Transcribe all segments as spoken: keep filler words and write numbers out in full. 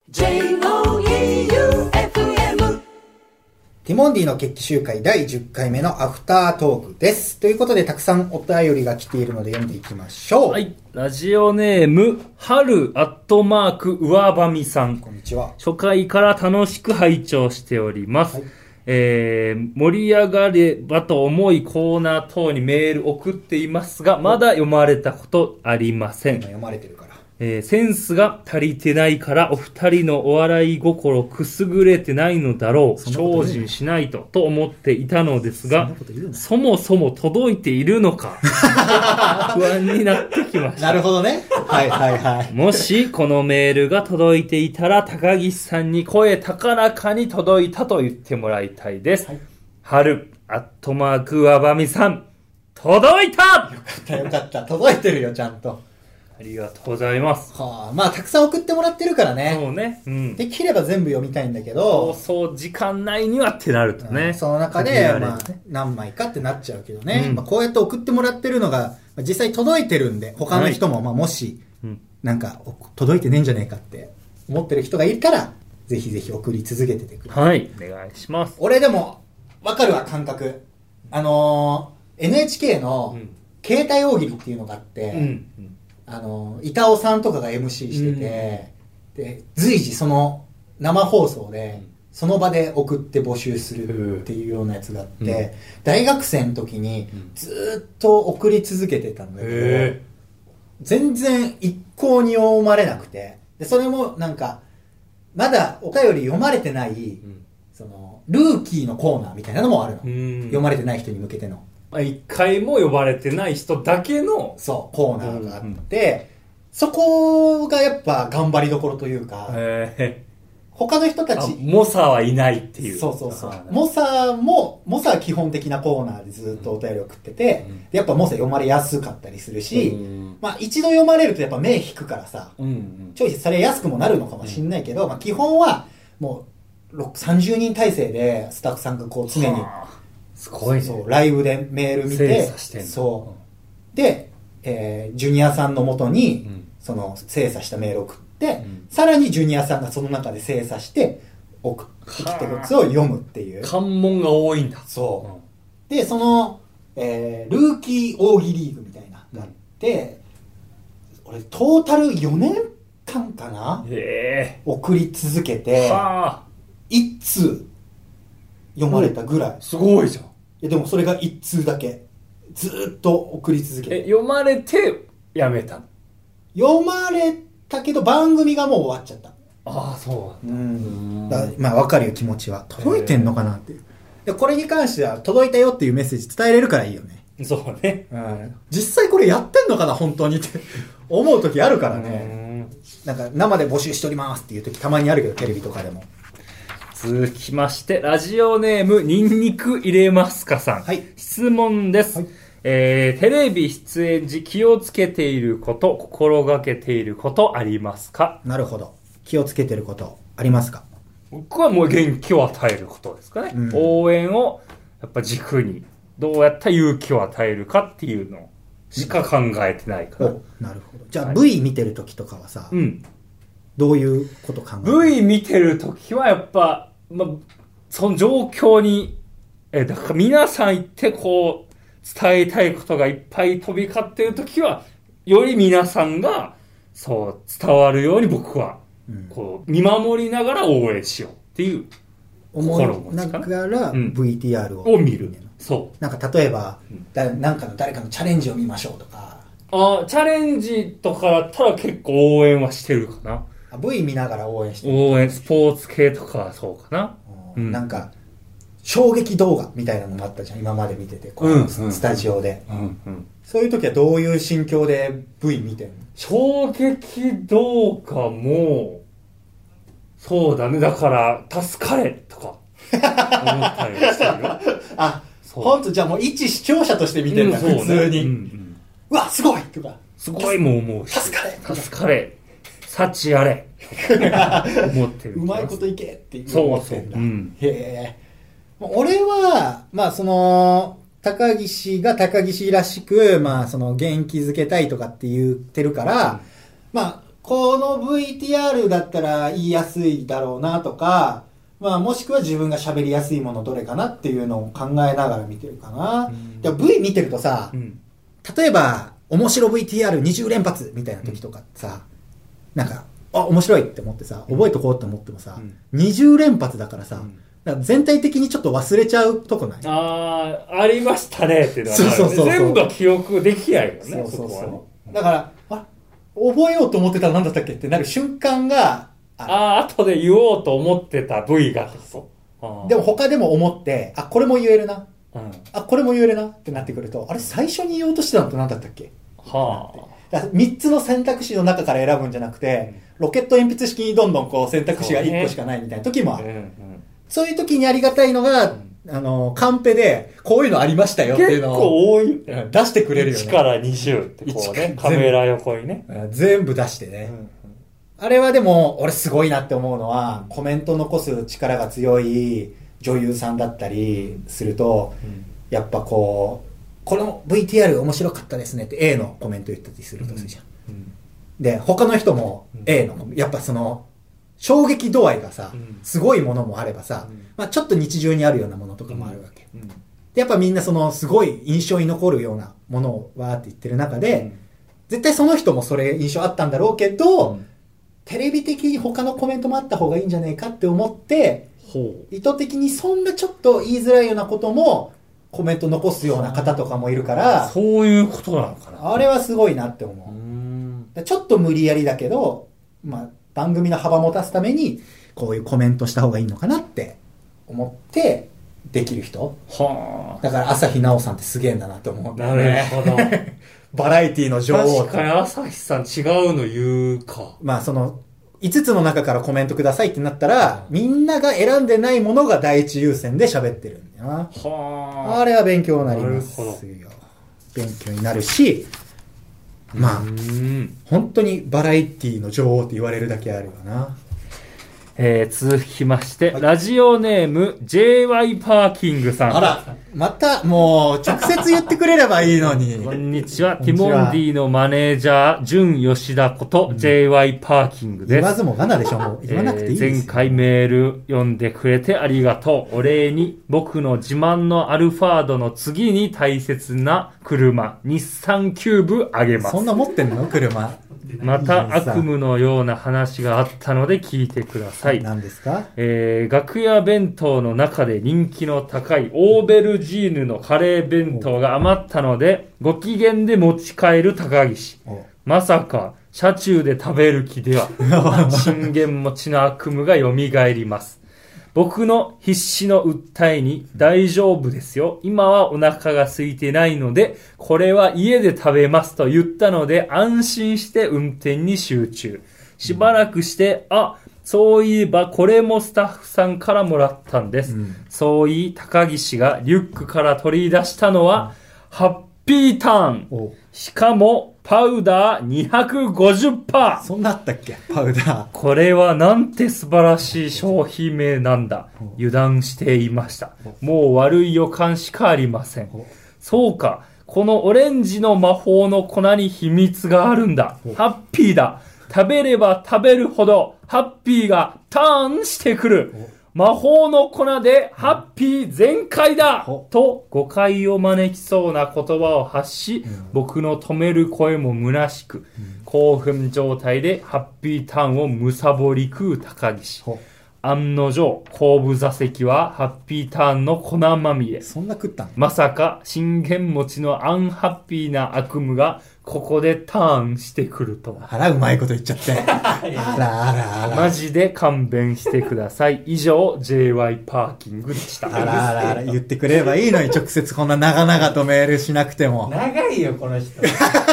ジェイオーイーユーエフエムティモンディの決起集会だいじゅっかいめのアフタートークです。ということでたくさんお便りが来ているので読んでいきましょう。 はい。ラジオネーム、春アットマーク上ばみさん。 こんにちは。 初回から楽しく拝聴しております。はい、えー、盛り上がればと思いコーナー等にメール送っていますが、まだ読まれたことありません。 今読まれてるから。 えー、センスが足りてないからお二人のお笑い心くすぐれてないのだろう。精進しないとと思っていたのですが、そ, そもそも届いているのか不安になってきました。 なるほどね。はいはいはい。 もしこのメールが届いていたら高岸さんに声高らかに届いたと言ってもらいたいです。はい、春アットマークわばみさん、届いた。 よかったよかった。届いてるよちゃんと。 ありがとうございます。 はあ、まあたくさん送ってもらってるからね。 そうね。うん。 できれば全部読みたいんだけど。 そうそう、時間内にはってなるとね。 うん、その中で、ね、まあ何枚かってなっちゃうけどね。うん、まあ、こうやって送ってもらってるのが実際届いてるんで、他の人もまあもし、はい、なんか届いてねえんじゃねえかって思ってる人がいたら、ぜひぜひ送り続けててください。 はい、お願いします。 俺でもわかるわ感覚。あのー、エヌエイチケー の携帯大喜利っていうのがあって。うんうんあの、板尾さんとかが エムシー してて、うん、で、随時その生放送で、その場で送って募集するっていうようなやつがあって、うん、大学生の時にずっと送り続けてたんだけど、うん、全然一向に読まれなくて、で、それもなんか、まだお便り読まれてない、うん、その、ルーキーのコーナーみたいなのもあるの。うん、読まれてない人に向けての。 一回も呼ばれてない人だけのそうコーナーがあって、うん、そこがやっぱ頑張りどころというか、他の人たち猛者はいないっていう。 そうそうそう。猛者も猛者は基本的なコーナーでずっとお便り送ってて、うん、でやっぱ猛者読まれやすかったりするし、うん、まあ一度読まれるとやっぱ目引くからさ、うんうん、ちょいされやすくもなるのかもしれないけど、うん、まあ基本はもうさんじゅうにん体制でスタッフさんがこう常にすごいね。 そう、ライブでメール見て、 精査してんの。 そう。で、えー、ジュニアさんの元に、うん、その、精査したメールを送って、うん、さらにジュニアさんがその中で精査して、送ってきたやつを読むっていう。 関門が多いんだ。 そう。うん、で、その、えー、ルーキー大喜利リーグみたいなのがあって、うん、俺、トータルよねんかんかな、 へー、 送り続けて、いっつう読まれたぐらい。 すごいじゃん。いやでもそれが一通だけ。ずーっと送り続けて。 え、読まれてやめたの？ 読まれたけど番組がもう終わっちゃった。 ああ、そうなんだ。うん。だまあわかるよ気持ちは。届いてんのかなっていう。でこれに関しては届いたよっていうメッセージ伝えれるからいいよね。 そうね。 うん。実際これやってんのかな本当にって思う時あるからね。なんか生で募集しておりますっていう時たまにあるけどテレビとかでも。 続きまして、ラジオネーム、ニンニク入れますかさん。 はい。 質問です。はい、えー、テレビ出演時気をつけていること、心がけていることありますか？ なるほど。気をつけてることありますか？ 僕はもう元気を与えることですかね。うん、応援を、やっぱ軸に、どうやったら勇気を与えるかっていうのしか考えてないから。 お、なるほど。じゃあ、はい、ブイ 見てる時とかはさ、うん。どういうこと考える？ ブイ 見てるときはやっぱ、まあ、その状況に、え、だから皆さん言ってこう、伝えたいことがいっぱい飛び交ってるときは、より皆さんが、そう、伝わるように僕は、こう、見守りながら応援しようっていう心持ちかな。 思いながら ブイティーアール を、 うん、を見る。そう。 なんか例えば、うん、だなんかの誰かのチャレンジを見ましょうとか。 あ、チャレンジとかだったら結構応援はしてるかな。 ブイ 見ながら応援してる。 応援、スポーツ系とかはそうかな。 うん、なんか、衝撃動画みたいなのもあったじゃん。今まで見てて、こう、うん、スタジオで、うんうん。そういう時はどういう心境で ブイ 見てんの？ 衝撃動画も、そうだね。だから、助かれとか、思ったりしてるよ。 あ、ほんとじゃあもう一視聴者として見てるんだ、うん、普通に。うんうん、うわ、すごいとか。 すごいもん思うし。 助かれ助かれ。幸あれ思ってる。 うまいこといけっていう思ってんだ。そうそう、うん、 へえ。俺は、まあその、高岸が高岸らしく、まあその元気づけたいとかって言ってるから、うん、まあこの ブイティーアール だったら言いやすいだろうなとか、まあもしくは自分が喋りやすいものどれかなっていうのを考えながら見てるかな。でも V 見てるとさ、うん、例えば面白 ブイティーアールにじゅう 連発みたいな時とかさ、うん、なんかあ面白いって思ってさ覚えとこうって思ってもさ、うん、にじゅう連発だからさ、うん、だから全体的にちょっと忘れちゃうとこない？ ああありましたねっていうのは、 そうそうそうそう、 全部は記憶できないよね。 そうそうそう、 そこはね。 だからあ覚えようと思ってたら何だったっけってなる瞬間がああ後で言おうと思ってた部位がってこと。 でも他でも思ってあこれも言えるな、うん、あこれも言えるなってなってくるとあれ最初に言おうとしてたのって何だったっけはあ。みっつの選択肢の中から選ぶんじゃなくて、うん、ロケット鉛筆式にどんどんこう選択肢がいっこしかないみたいな時もある。そう、ねうんうん、そういう時にありがたいのが、うん、あのカンペでこういうのありましたよっていうのを結構多い出してくれるよね。 いちからにじゅうってこうねカメラ横にね全部出してね、うん、あれはでも俺すごいなって思うのは、うん、コメント残す力が強い女優さんだったりすると、うん、やっぱこうこの ブイティーアール 面白かったですねって A のコメント言ったりするとするじゃん、うんうん、で他の人も A のやっぱその衝撃度合いがさ、うん、すごいものもあればさ、うんまあ、ちょっと日常にあるようなものとかもあるわけ、うんうん、でやっぱみんなそのすごい印象に残るようなものをわーって言ってる中で、うん、絶対その人もそれ印象あったんだろうけど、うん、テレビ的に他のコメントもあった方がいいんじゃないかって思って意図的にそんなちょっと言いづらいようなこともコメント残すような方とかもいるからそういうことなのかな。 あれはすごいなって思う。うーんちょっと無理やりだけど、まあ、番組の幅持たすためにこういうコメントした方がいいのかなって思ってできる人はあ。だから朝日奈央さんってすげえんだなと思うんだよね。なるほどバラエティの女王。 確かに朝日さん違うの言うか。 まあそのいつつの中からコメントくださいってなったら、みんなが選んでないものが第一優先で喋ってるんだよな。はあ。あれは勉強になりますよ。勉強になるし、まあ、本当にバラエティの女王って言われるだけあるよな。 えー、続きまして、はい、ラジオネーム ジェイワイ パーキングさん。 あら、またもう直接言ってくれればいいのに。 こんにちは。ティモンディのマネージャー純吉田こと ジェイワイ パーキングです。 言わずもがなでしょ。もう言わなくていいですよ、 えー、前回メール読んでくれてありがとう。お礼に僕の自慢のアルファードの次に大切な車日産キューブあげます。 そんな持ってんの車。 また悪夢のような話があったので聞いてください。 何ですか？ えー、楽屋弁当の中で人気の高いオーベルジーヌのカレー弁当が余ったのでご機嫌で持ち帰る高岸。まさか車中で食べる気では信玄持ちの悪夢が蘇ります。僕の必死の訴えに大丈夫ですよ。今はお腹が空いてないので、これは家で食べますと言ったので安心して運転に集中。しばらくして、あ、そういえばこれもスタッフさんからもらったんです。うん、そう言い高岸がリュックから取り出したのは、うん、ハッピーターン。しかもパウダー にひゃくごじゅっパーセント。 そんなあったっけパウダー。 これはなんて素晴らしい商品名なんだ。油断していました。もう悪い予感しかありません。そうか。このオレンジの魔法の粉に秘密があるんだ。ハッピーだ。食べれば食べるほどハッピーがターンしてくる。魔法の粉でハッピー全開だと誤解を招きそうな言葉を発し、僕の止める声も虚しく、興奮状態でハッピーターンをむさぼり食う高岸。案の定、後部座席はハッピーターンの粉まみれ。 そんな食ったの？ まさか信玄餅のアンハッピーな悪夢がここでターンしてくるとは。 あら、うまいこと言っちゃって。あらあらあら。 マジで勘弁してください。以上、ジェイワイ パーキングでした。 あらあらあら、言ってくれればいいのに、直接こんな長々とメールしなくても。 長いよ、この人。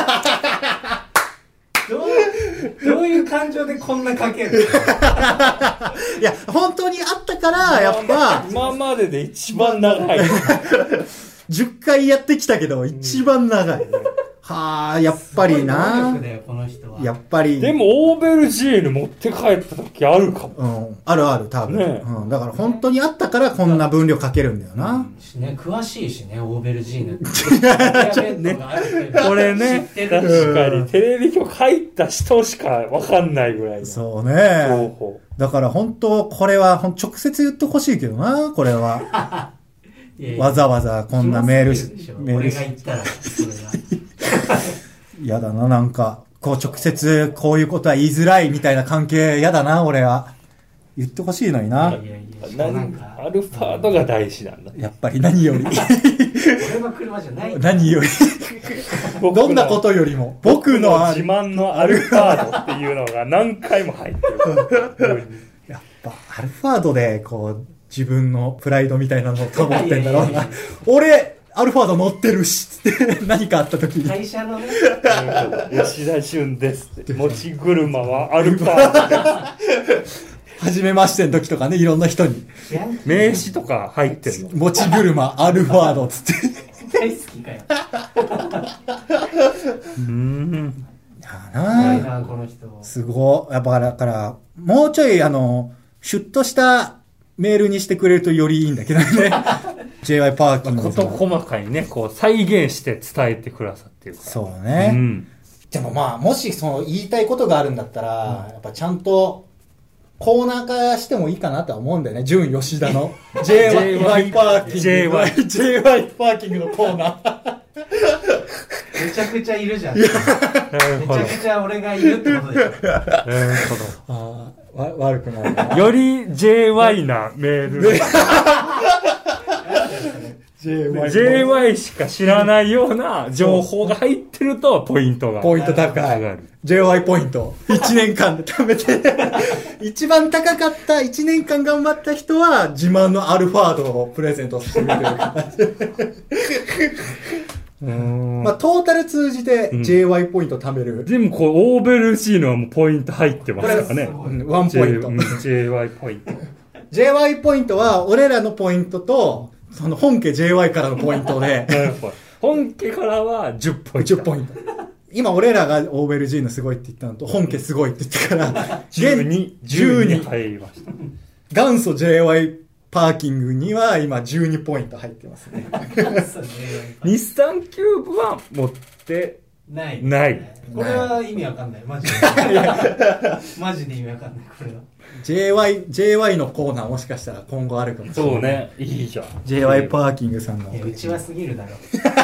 どうどういう感情でこんな書けるの？いや、本当にあったから、やっぱ。 今までで一番長い。 じゅっかいやってきたけど、一番長い。うん、 はあ、やっぱりな。 だよこの人は。 やっぱり。 でもオーベルジーヌ持って帰った時あるかも。 うん。あるある、多分。 ねうん。だから本当にあったからこんな分量かけるんだよな。 ね、詳しいしね、オーベルジーヌって。ね、 これね、確かにテレビ局入った人しかわかんないぐらいのそうね。 情報。 だから本当、これは直接言ってほしいけどな、これは。いやいやわざわざこんなメールし、メールし。俺が言ったら、それが。やだな、なんか、こう直接こういうことは言いづらいみたいな関係やだな、俺は。言ってほしいのにな。いやいやいやなんかアルファードが大事なんだ。 やっぱり何より。 俺の車じゃない。 何より。どんなことよりも。僕の自慢のアルファードっていうのが何回も入ってる。 やっぱアルファードでこう自分のプライドみたいなのを保ってんだろうな。俺、アルファード乗ってるしって何かあった時に会社のね吉田俊ですって持ち車はアルファードです初めましての時とかね、いろんな人に名刺とか入ってるの持ち車アルファードっつって大好きかようーんやなすごいなこの人すごいやっぱだからもうちょいあのシュッとしたメールにしてくれるとよりいいんだけどねジェイワイ パーキング事細かにねこう再現して伝えてくださってるからそうね、うん、 でもまあもしその言いたいことがあるんだったら、うん、やっぱちゃんとコーナー化してもいいかなとは思うんだよね純吉田の ジェイワイ パーキング ジェイワイ ジェイワイ パーキングのコーナーめちゃくちゃいるじゃんめちゃくちゃ俺がいるってことでしょなるほどあわ悪くないなより ジェイワイ なメールジェイワイ しか知らないような情報が入ってるとポイントがポイント高い ジェイワイ ポイントいちねんかんで貯めて一番高かったいちねんかん頑張った人は自慢のアルファードをプレゼントしてみてるうーんまあトータル通じて ジェイワイ ポイント貯める、うん、 でもこうオーベルジーヌはもうポイント入ってますからねワンポイントジェイワイ ポイントジェイワイ ポイントは俺らのポイントとその本家 ジェイワイ からのポイントで本家からはじゅうポイントじゅうポイント今俺らがオーベルジーヌすごいって言ったのと本家すごいって言ったからじゅうに、じゅうに入りました元祖 ジェイワイ パーキングには今じゅうにポイント入ってますね日産キューブは持ってないないこれは意味わかんないマジでマジで意味わかんないこれはジェイワイ、ジェイワイ のコーナーもしかしたら今後あるかもしれないそうねいいじゃんジェイワイ パーキングさんのうちはすぎるだろ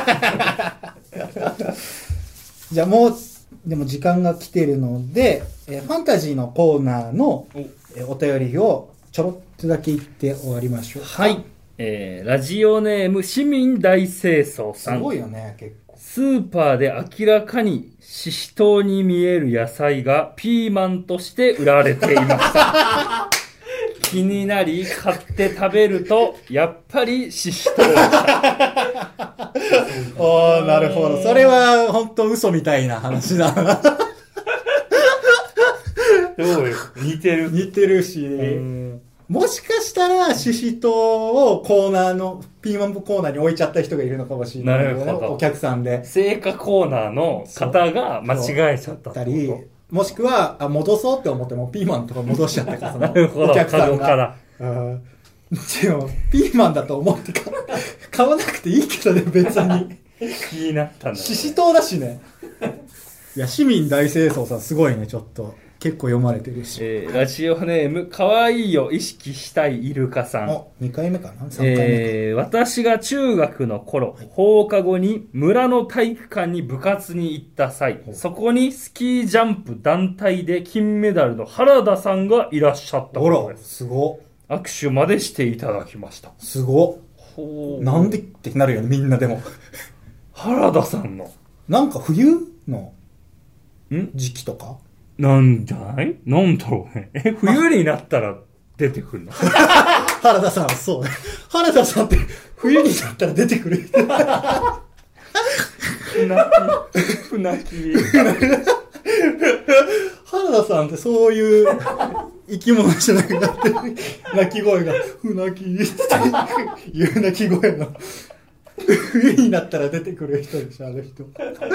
じゃあもうでも時間が来てるのでえファンタジーのコーナーのえお便りをちょろっとだけ言って終わりましょうはい、えー、ラジオネーム市民大清掃さんすごいよね結構スーパーで明らかにシシトウに見える野菜がピーマンとして売られていました気になり買って食べるとやっぱりシシトウでしたおーなるほどそれは本当嘘みたいな話だなどうよ似てる似てるしもしかしたらシシトウをコーナーのピーマンコーナーに置いちゃった人がいるのかもしれない、ね、 なるほどお客さんで青果コーナーの方が間違えちゃったったりもしくはあ戻そうって思ってもピーマンとか戻しちゃったからそのなるほどお客さんがからでもピーマンだと思って買わなくていいけどね別に気になったんだ、ね、 シシトウだしねいや市民大清掃さんすごいねちょっと結構読まれてるし、 えー、ラジオネームかわいいよ意識したいイルカさんおにかいめかなさんかいめか、 えー、私が中学の頃、はい、放課後に村の体育館に部活に行った際、はい、そこにスキージャンプ団体で金メダルの原田さんがいらっしゃったことです。 すご握手までしていただきました。 すごほなんでってなるよねみんなでも原田さんのなんか冬のん時期とかなんじゃないなんだろうね。え、冬になったら出てくるの原田さん、そうね。原田さんって冬になったら出てくる。船木。船木。 原田さんってそういう生き物じゃなくなって、鳴き声が、船木っていう鳴き声の。 冬になったら出てくる人でしょ、あの人。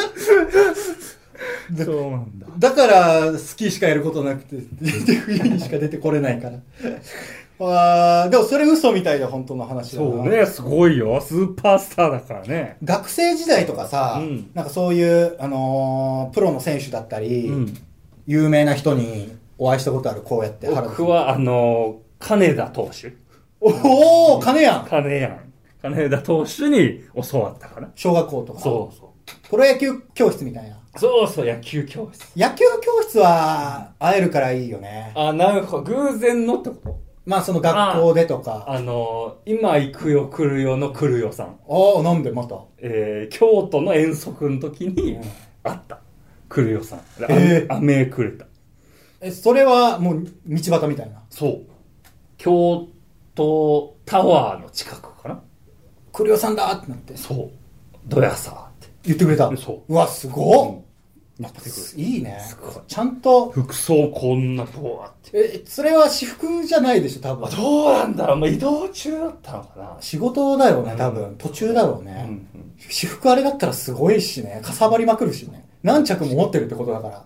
そうなんだ。 だからスキーしかやることなくて、冬にしか出てこれないから。あでもそれ嘘みたいで本当の話だな。 そうね、すごいよ。スーパースターだからね。 学生時代とかさ、うん、なんかそういう、あのー、プロの選手だったり、うん、有名な人にお会いしたことある、こうやって。 僕は、あのー、金田投手。 おお、金やん。 金やん。金田投手に教わったかな。 小学校とか。 そうそう。 プロ野球教室みたいな。 そうそう、野球教室。 野球教室は会えるからいいよね。 あ、なるほど。偶然のってこと？ まあその学校でとか。 あ、あのー、今行くよ来るよの来るよさん。 ああ、なんでまたえー、京都の遠足の時に会った。来るよさん。えー、飴くれた。 え、それはもう道端みたいな。 そう。京都タワーの近くかな。 来るよさんだってなって。 そう。どやさって。 言ってくれた。 そう。 うわ、すごっ、うんやってくる。 いいね。ちゃんと。 服装こんなボワって。 え、それは私服じゃないでしょ、多分。 どうなんだろう。まあ、移動中だったのかな。 仕事だよね、多分。うん、途中だろうね、うんうん。私服あれだったらすごいしね。かさばりまくるしね。何着も持ってるってことだから。うん。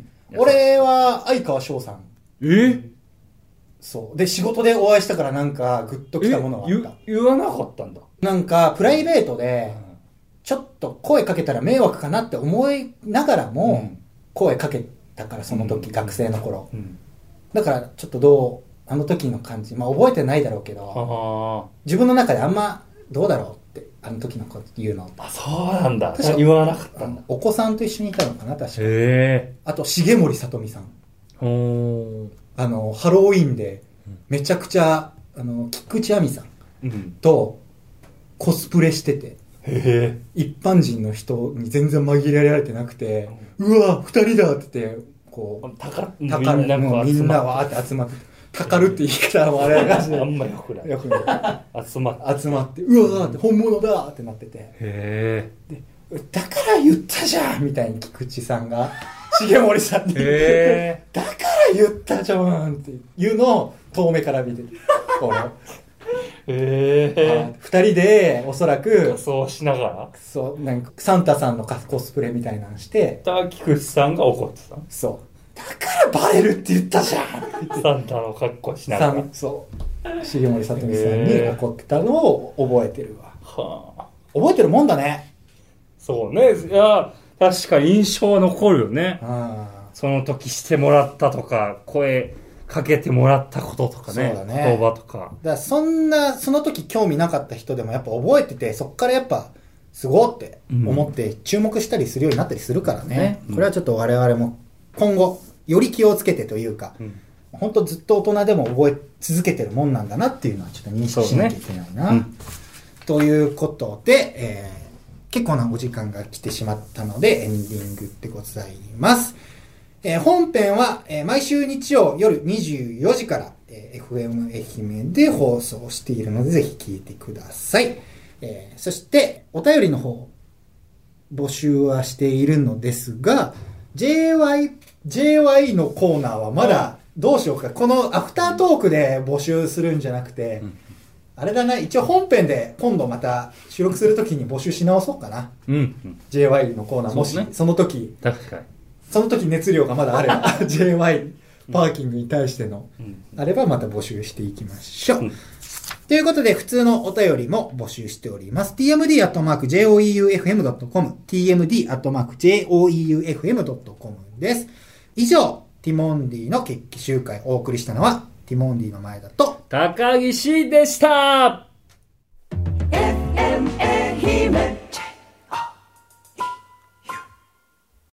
俺は、相川翔さん。 えそう。で、仕事でお会いしたからなんか、グッときたものがあった。 言わなかったんだ。 なんか、プライベートで、うんちょっと声かけたら迷惑かなって思いながらも、声かけたから、その時、うん、学生の頃、うん。だから、ちょっとどう、あの時の感じ、まあ覚えてないだろうけど、自分の中であんま、どうだろうって、あの時のこと言うの。 あ、そうなんだ。確か言わなかったんだ。 お子さんと一緒にいたのかな、確か。 へあと、重森さとみさん。あの、ハロウィーンで、めちゃくちゃ、あの、菊池亜美さんとコスプレしてて、 へ一般人の人に全然紛れられてなくて、うわ二人だって言ってこうたかるみんなもうみんなわーって集まってたかるって言い方はあれがしあんまよくないよくない集まって集まってうわーって本物だってなっててへでだから言ったじゃんみたいに菊池さんが重森さんにへだから言ったじゃんっていうのを遠目から見てこうへえ。 二人でおそらくそうしながらそうなんかサンタさんのコスプレみたいなのして菊池さんが怒ってたそうだからバレるって言ったじゃんサンタの格好しながらそう重森さとみさんに怒ってたのを覚えてるわはあ覚えてるもんだねそうねいや確かに印象は残るよね、はあ、その時してもらったとか声かけてもらったこととかね。そうだね。言葉とか。だからそんな、その時興味なかった人でもやっぱ覚えてて、そっからやっぱ、すごーって思って注目したりするようになったりするからね。うん、これはちょっと我々も今後、より気をつけてというか、うん、本当ずっと大人でも覚え続けてるもんなんだなっていうのはちょっと認識しなきゃいけないな。ねうん、ということで、えー、結構なお時間が来てしまったのでエンディングでございます。えー、本編は、えー、毎週日曜夜にじゅうよじから、えー、エフエム 愛媛で放送しているのでぜひ聞いてください。えー、そしてお便りの方募集はしているのですが ジェイワイ、ジェイワイ のコーナーはまだどうしようか。このアフタートークで募集するんじゃなくて、うん、あれだな、一応本編で今度また収録するときに募集し直そうかな。うんうん、ジェイワイ のコーナーもし そ,、ね、その時確かにその時熱量がまだあればジェイワイ パーキングに対しての、うん、あればまた募集していきましょう、うん、ということで普通のお便りも募集しております。 ティーエムディー アットマーク ジェイオーイーユーエフエム ドットコム ティーエムディー アットマーク ジェイオーイーユーエフエム ドットコム です。以上ティモンディの決起集会お送りしたのはティモンディの前田と高岸でした。